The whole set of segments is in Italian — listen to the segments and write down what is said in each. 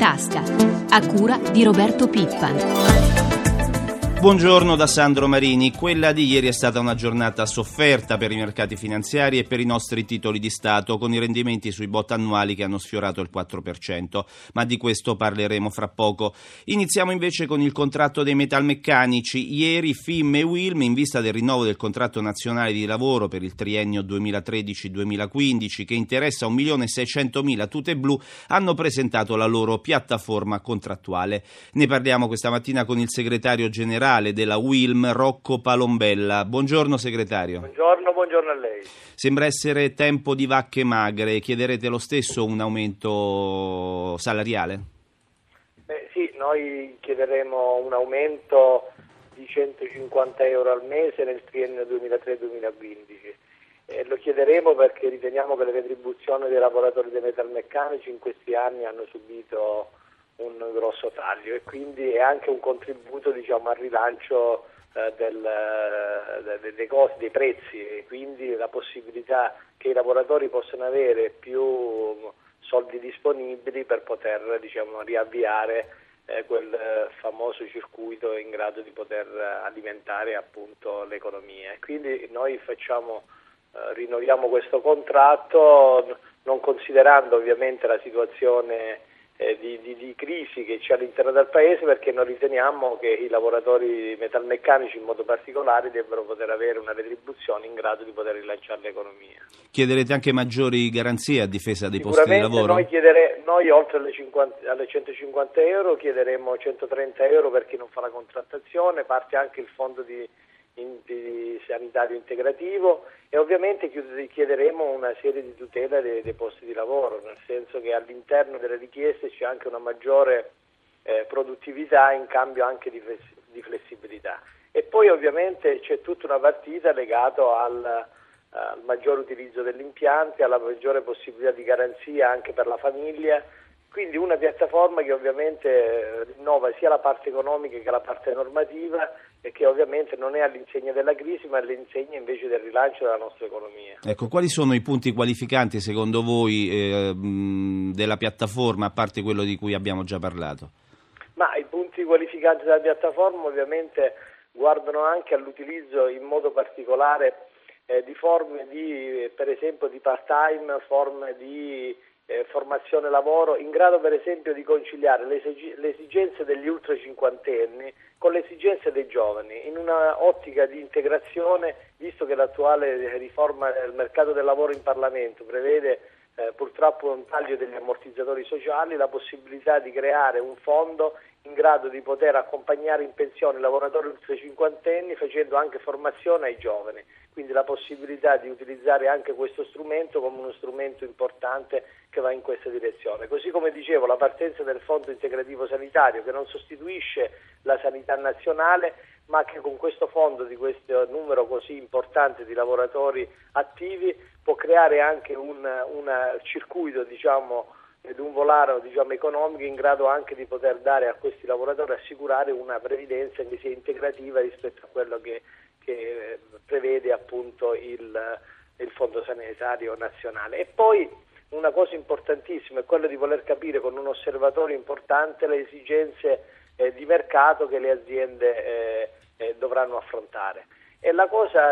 tasca, a cura di Roberto Pippan. Buongiorno da Sandro Marini. Quella di ieri è stata una giornata sofferta per i mercati finanziari e per i nostri titoli di Stato, con i rendimenti sui bond annuali che hanno sfiorato il 4%, ma di questo parleremo fra poco. Iniziamo invece con il contratto dei metalmeccanici. Ieri FIM e UILM, in vista del rinnovo del contratto nazionale di lavoro per il triennio 2013-2015, che interessa 1.600.000 tute blu, hanno presentato la loro piattaforma contrattuale. Ne parliamo questa mattina con il segretario generale della UILM, Rocco Palombella. Buongiorno segretario. Buongiorno a lei. Sembra essere tempo di vacche magre. Chiederete lo stesso un aumento salariale? Sì, noi chiederemo un aumento di 150 euro al mese nel triennio 2003-2015. Lo chiederemo perché riteniamo che le retribuzioni dei lavoratori dei metalmeccanici in questi anni hanno subito un grosso taglio e quindi è anche un contributo, al rilancio dei costi, dei prezzi, e quindi la possibilità che i lavoratori possano avere più soldi disponibili per poter riavviare quel famoso circuito in grado di poter alimentare appunto l'economia. E quindi noi rinnoviamo questo contratto, non considerando ovviamente la situazione di crisi che c'è all'interno del paese, perché noi riteniamo che i lavoratori metalmeccanici in modo particolare debbano poter avere una retribuzione in grado di poter rilanciare l'economia. Chiederete anche maggiori garanzie a difesa dei posti di lavoro? Noi oltre alle 150 euro chiederemo 130 euro per chi non fa la contrattazione, parte anche il fondo di sanitario integrativo e ovviamente chiederemo una serie di tutela dei posti di lavoro, nel senso che all'interno delle richieste c'è anche una maggiore produttività in cambio anche di flessibilità. E poi ovviamente c'è tutta una partita legata al maggior utilizzo degli impianti, alla maggiore possibilità di garanzia anche per la famiglia. Quindi una piattaforma che ovviamente rinnova sia la parte economica che la parte normativa e che ovviamente non è all'insegna della crisi ma all'insegna invece del rilancio della nostra economia. Ecco, quali sono i punti qualificanti secondo voi della piattaforma, a parte quello di cui abbiamo già parlato? Ma i punti qualificanti della piattaforma ovviamente guardano anche all'utilizzo in modo particolare di forme per esempio di part-time, forme di formazione lavoro, in grado per esempio di conciliare le esigenze degli ultra cinquantenni con le esigenze dei giovani, in una ottica di integrazione, visto che l'attuale riforma del mercato del lavoro in Parlamento prevede purtroppo un taglio degli ammortizzatori sociali, la possibilità di creare un fondo in grado di poter accompagnare in pensione i lavoratori ultra cinquantenni facendo anche formazione ai giovani, quindi la possibilità di utilizzare anche questo strumento come uno strumento importante che va in questa direzione. Così come dicevo, la partenza del fondo integrativo sanitario che non sostituisce la sanità nazionale, ma che con questo fondo di questo numero così importante di lavoratori attivi può creare anche un circuito ed un volano economico in grado anche di poter dare a questi lavoratori, assicurare una previdenza che sia integrativa rispetto a quello che prevede appunto il Fondo Sanitario Nazionale. E poi una cosa importantissima è quella di voler capire con un osservatorio importante le esigenze di mercato che le aziende dovranno affrontare. E la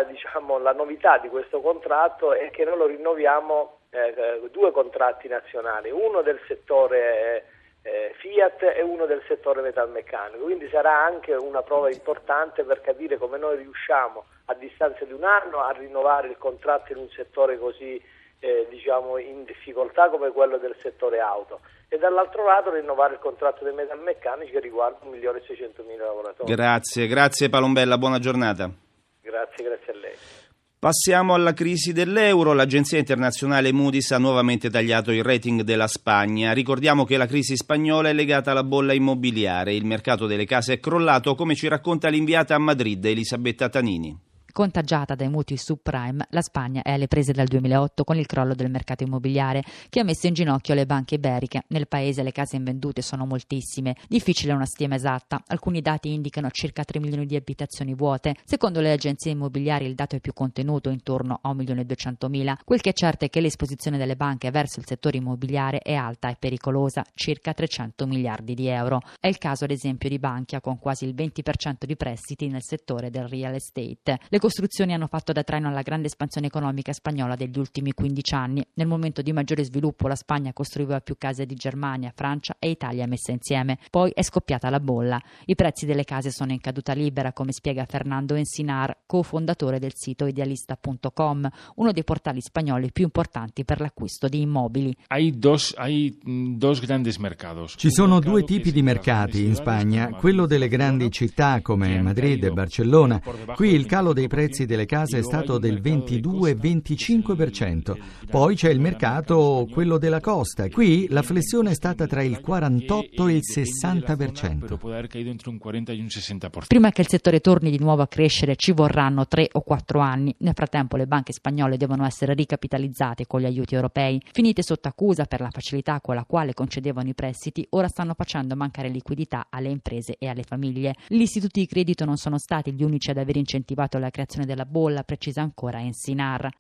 novità di questo contratto è che noi lo rinnoviamo due contratti nazionali, uno del settore Fiat e uno del settore metalmeccanico, quindi sarà anche una prova importante per capire come noi riusciamo a distanza di un anno a rinnovare il contratto in un settore così in difficoltà come quello del settore auto e dall'altro lato rinnovare il contratto dei metalmeccanici che riguarda 1.600.000 lavoratori. Grazie Palombella, buona giornata. Grazie a lei. Passiamo alla crisi dell'euro. L'agenzia internazionale Moody's ha nuovamente tagliato il rating della Spagna. Ricordiamo che la crisi spagnola è legata alla bolla immobiliare. Il mercato delle case è crollato, come ci racconta l'inviata a Madrid Elisabetta Tanini. Contagiata dai mutui subprime, la Spagna è alle prese dal 2008 con il crollo del mercato immobiliare che ha messo in ginocchio le banche iberiche. Nel paese le case invendute sono moltissime. Difficile una stima esatta. Alcuni dati indicano circa 3 milioni di abitazioni vuote. Secondo le agenzie immobiliari il dato è più contenuto, intorno a 1.200.000. Quel che è certo è che l'esposizione delle banche verso il settore immobiliare è alta e pericolosa, circa 300 miliardi di euro. È il caso ad esempio di Bankia con quasi il 20% di prestiti nel settore del real estate. Le costruzioni hanno fatto da traino alla grande espansione economica spagnola degli ultimi 15 anni. Nel momento di maggiore sviluppo la Spagna costruiva più case di Germania, Francia e Italia messe insieme. Poi è scoppiata la bolla. I prezzi delle case sono in caduta libera, come spiega Fernando Encinar, cofondatore del sito idealista.com, uno dei portali spagnoli più importanti per l'acquisto di immobili. Ci sono due tipi di mercati in Spagna, quello delle grandi città come Madrid e Barcellona. Qui il calo dei prezzi delle case è stato del 22-25%. Poi c'è il mercato, quello della costa. Qui la flessione è stata tra il 48 e il 60%. Prima che il settore torni di nuovo a crescere ci vorranno 3 o 4 anni. Nel frattempo le banche spagnole devono essere ricapitalizzate con gli aiuti europei. Finite sotto accusa per la facilità con la quale concedevano i prestiti, ora stanno facendo mancare liquidità alle imprese e alle famiglie. Gli istituti di credito non sono stati gli unici ad aver incentivato la creazione della bolla, precisa ancora Encinar.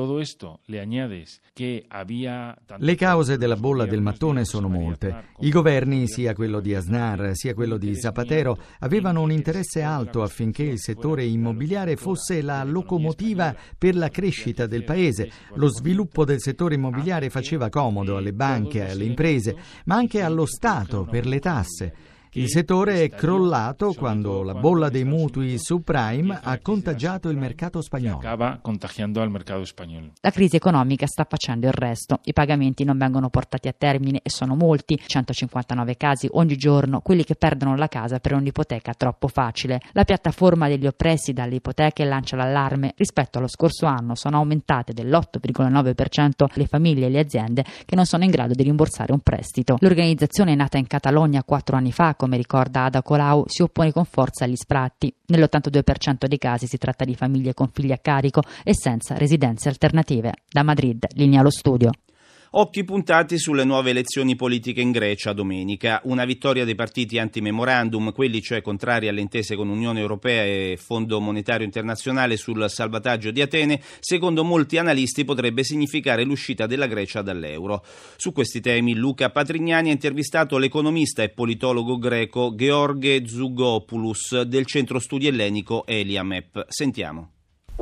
Le cause della bolla del mattone sono molte. I governi, sia quello di Aznar sia quello di Zapatero, avevano un interesse alto affinché il settore immobiliare fosse la locomotiva per la crescita del paese. Lo sviluppo del settore immobiliare faceva comodo alle banche e alle imprese, ma anche allo Stato per le tasse. Il settore è crollato quando la bolla dei mutui subprime ha contagiato il mercato spagnolo. La crisi economica sta facendo il resto. I pagamenti non vengono portati a termine e sono molti, 159 casi ogni giorno, quelli che perdono la casa per un'ipoteca troppo facile. La piattaforma degli oppressi dalle ipoteche lancia l'allarme. Rispetto allo scorso anno sono aumentate dell'8,9% le famiglie e le aziende che non sono in grado di rimborsare un prestito. L'organizzazione è nata in Catalogna 4 anni fa, come ricorda Ada Colau, si oppone con forza agli sfratti. Nell'82% dei casi si tratta di famiglie con figli a carico e senza residenze alternative. Da Madrid, linea allo studio. Occhi puntati sulle nuove elezioni politiche in Grecia domenica. Una vittoria dei partiti anti-memorandum, quelli cioè contrari alle intese con Unione Europea e Fondo Monetario Internazionale sul salvataggio di Atene, secondo molti analisti potrebbe significare l'uscita della Grecia dall'euro. Su questi temi Luca Patrignani ha intervistato l'economista e politologo greco George Zougopoulos del centro studi ellenico Eliamep. Sentiamo.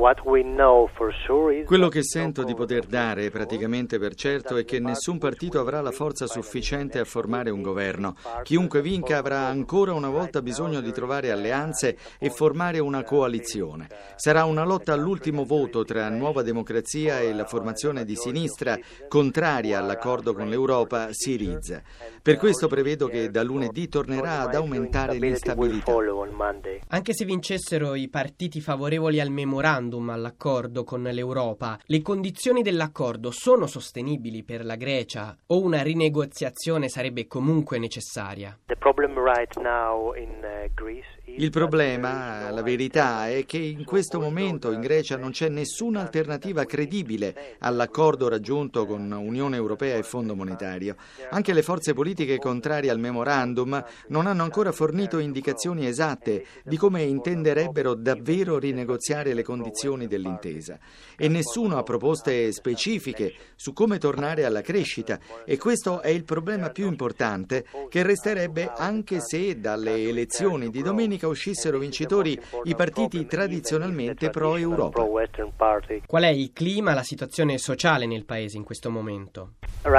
Quello che sento di poter dare praticamente per certo è che nessun partito avrà la forza sufficiente a formare un governo. Chiunque vinca avrà ancora una volta bisogno di trovare alleanze e formare una coalizione. Sarà una lotta all'ultimo voto tra Nuova Democrazia e la formazione di sinistra contraria all'accordo con l'Europa, Syriza. Per questo prevedo che da lunedì tornerà ad aumentare l'instabilità. Anche se vincessero i partiti favorevoli al memorandum, all'accordo con l'Europa, le condizioni dell'accordo sono sostenibili per la Grecia o una rinegoziazione sarebbe comunque necessaria? Il problema, la verità, è che in questo momento in Grecia non c'è nessuna alternativa credibile all'accordo raggiunto con Unione Europea e Fondo Monetario. Anche le forze politiche contrarie al memorandum non hanno ancora fornito indicazioni esatte di come intenderebbero davvero rinegoziare le condizioni dell'intesa. E nessuno ha proposte specifiche su come tornare alla crescita. E questo è il problema più importante, che resterebbe anche se dalle elezioni di domenica uscissero vincitori i partiti tradizionalmente pro-Europa. Qual è il clima, la situazione sociale nel paese in questo momento?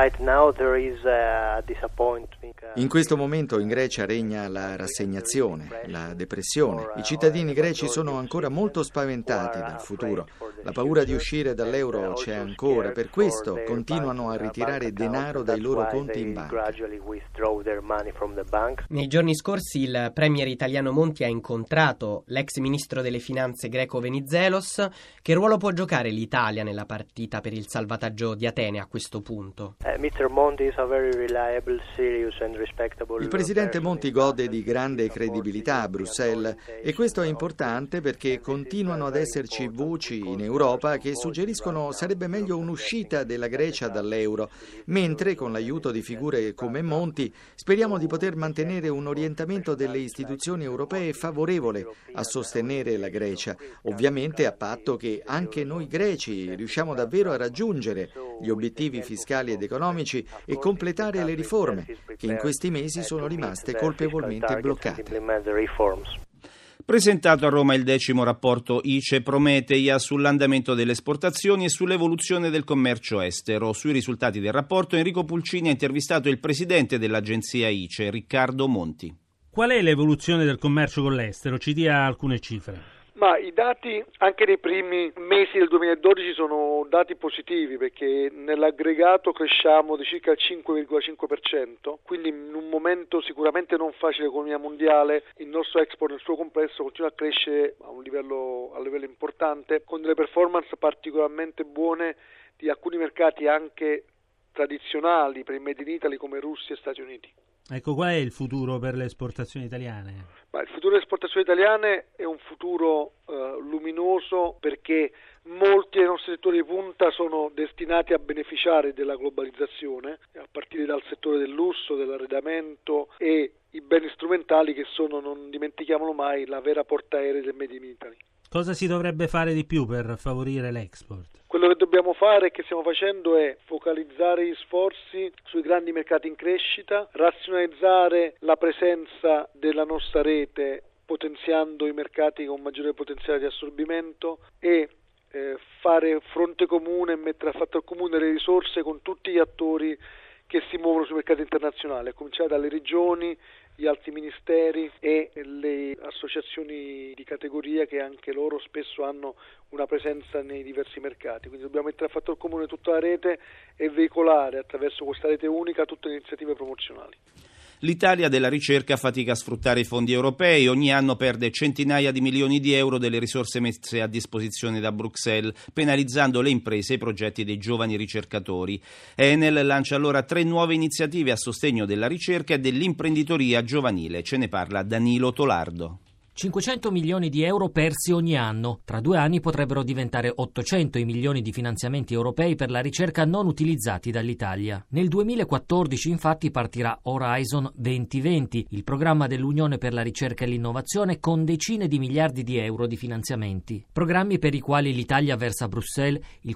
In questo momento in Grecia regna la rassegnazione, la depressione. I cittadini greci sono ancora molto spaventati dal futuro. La paura di uscire dall'euro c'è ancora, per questo continuano a ritirare denaro dai loro conti in banca. Nei giorni scorsi il premier italiano Monti ha incontrato l'ex ministro delle finanze greco Venizelos. Che ruolo può giocare l'Italia nella partita per il salvataggio di Atene a questo punto? Il presidente Monti gode di grande credibilità a Bruxelles e questo è importante perché continuano ad esserci esserci voci in Europa che suggeriscono sarebbe meglio un'uscita della Grecia dall'euro, mentre con l'aiuto di figure come Monti speriamo di poter mantenere un orientamento delle istituzioni europee favorevole a sostenere la Grecia, ovviamente a patto che anche noi greci riusciamo davvero a raggiungere gli obiettivi fiscali ed economici e completare le riforme che in questi mesi sono rimaste colpevolmente bloccate. Presentato a Roma il 10° rapporto ICE-Prometeia sull'andamento delle esportazioni e sull'evoluzione del commercio estero. Sui risultati del rapporto Enrico Pulcini ha intervistato il presidente dell'agenzia ICE, Riccardo Monti. Qual è l'evoluzione del commercio con l'estero? Ci dia alcune cifre. Ma i dati anche nei primi mesi del 2012 sono dati positivi, perché nell'aggregato cresciamo di circa il 5,5%, quindi in un momento sicuramente non facile dell'economia mondiale il nostro export nel suo complesso continua a crescere a livello importante, con delle performance particolarmente buone di alcuni mercati anche tradizionali per il Made in Italy come Russia e Stati Uniti. Ecco, qual è il futuro per le esportazioni italiane? Ma il futuro delle esportazioni italiane è un futuro luminoso, perché molti dei nostri settori di punta sono destinati a beneficiare della globalizzazione, a partire dal settore del lusso, dell'arredamento e i beni strumentali che sono, non dimentichiamolo mai, la vera portaerei del Made in Italy. Cosa si dovrebbe fare di più per favorire l'export? Quello che dobbiamo fare e che stiamo facendo è focalizzare gli sforzi sui grandi mercati in crescita, razionalizzare la presenza della nostra rete potenziando i mercati con maggiore potenziale di assorbimento e fare fronte comune e mettere a fattor comune le risorse con tutti gli attori che si muovono sui mercati internazionali, a cominciare dalle regioni, gli altri ministeri e le associazioni di categoria che anche loro spesso hanno una presenza nei diversi mercati. Quindi dobbiamo mettere a fattor comune tutta la rete e veicolare attraverso questa rete unica tutte le iniziative promozionali. L'Italia della ricerca fatica a sfruttare i fondi europei, ogni anno perde centinaia di milioni di euro delle risorse messe a disposizione da Bruxelles, penalizzando le imprese e i progetti dei giovani ricercatori. Enel lancia allora 3 nuove iniziative a sostegno della ricerca e dell'imprenditoria giovanile. Ce ne parla Danilo Tolardo. 500 milioni di euro persi ogni anno. Tra 2 anni potrebbero diventare 800 i milioni di finanziamenti europei per la ricerca non utilizzati dall'Italia. Nel 2014 infatti partirà Horizon 2020, il programma dell'Unione per la ricerca e l'innovazione con decine di miliardi di euro di finanziamenti. Programmi per i quali l'Italia versa a Bruxelles il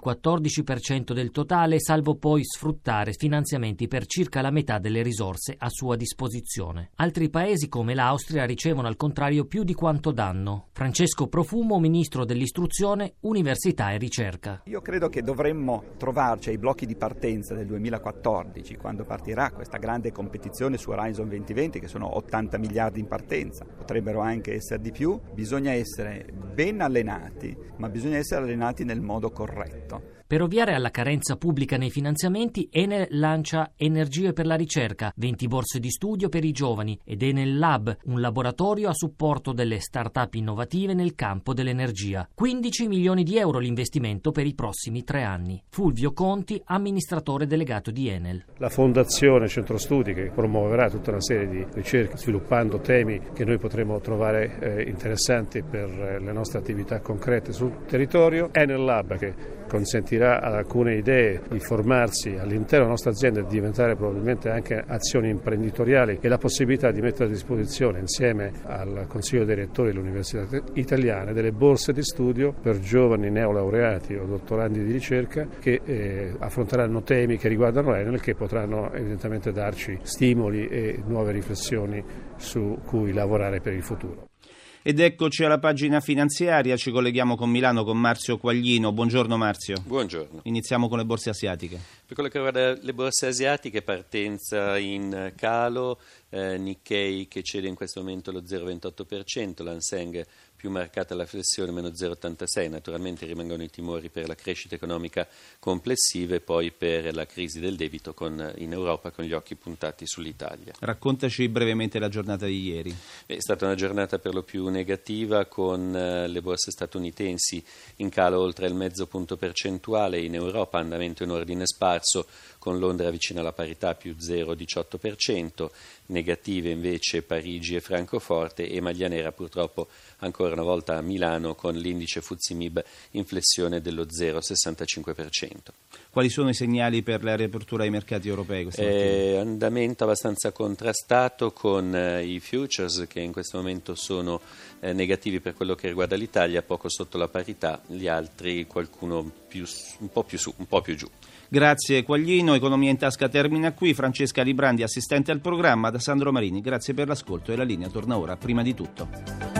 14% del totale, salvo poi sfruttare finanziamenti per circa la metà delle risorse a sua disposizione. Altri paesi come l'Austria ricevono al contrario più di quanto danno. Francesco Profumo, ministro dell'istruzione, università e ricerca. Io credo che dovremmo trovarci ai blocchi di partenza del 2014, quando partirà questa grande competizione su Horizon 2020, che sono 80 miliardi in partenza, potrebbero anche essere di più. Bisogna essere ben allenati, ma bisogna essere allenati nel modo corretto. Per ovviare alla carenza pubblica nei finanziamenti, Enel lancia Energie per la ricerca, 20 borse di studio per i giovani, ed Enel Lab, un laboratorio a supporto delle start-up innovative nel campo dell'energia. 15 milioni di euro l'investimento per i prossimi 3 anni. Fulvio Conti, amministratore delegato di Enel. La Fondazione Centro Studi, che promuoverà tutta una serie di ricerche sviluppando temi che noi potremo trovare interessanti per le nostre attività concrete sul territorio. Enel Lab, che consentirà ad alcune idee di formarsi all'interno della nostra azienda e diventare probabilmente anche azioni imprenditoriali, e la possibilità di mettere a disposizione insieme al Consiglio dei Rettori delle Università Italiane delle borse di studio per giovani neolaureati o dottorandi di ricerca che affronteranno temi che riguardano Enel, che potranno evidentemente darci stimoli e nuove riflessioni su cui lavorare per il futuro. Ed eccoci alla pagina finanziaria, ci colleghiamo con Milano con Marzio Quaglino. Buongiorno Marzio. Buongiorno. Iniziamo con le borse asiatiche. Per quello che riguarda le borse asiatiche, partenza in calo, Nikkei che cede in questo momento lo 0,28%, l'Hang più marcata la flessione, meno 0,86%, naturalmente rimangono i timori per la crescita economica complessiva e poi per la crisi del debito in Europa, con gli occhi puntati sull'Italia. Raccontaci brevemente la giornata di ieri. È stata una giornata per lo più negativa, con le borse statunitensi in calo oltre il mezzo punto percentuale, in Europa andamento in ordine sparso, con Londra vicino alla parità più 0,18%, negative invece Parigi e Francoforte, e maglia nera purtroppo ancora una volta a Milano con l'indice FTSE MIB in flessione dello 0,65%. Quali sono i segnali per la riapertura ai mercati europei questa mattina? Andamento abbastanza contrastato con i futures che in questo momento sono negativi per quello che riguarda l'Italia, poco sotto la parità, gli altri qualcuno un po' più su, un po' più giù. Grazie Quaglino, Economia in Tasca termina qui. Francesca Librandi, assistente al programma, da Sandro Marini. Grazie per l'ascolto e la linea torna ora a Prima di Tutto.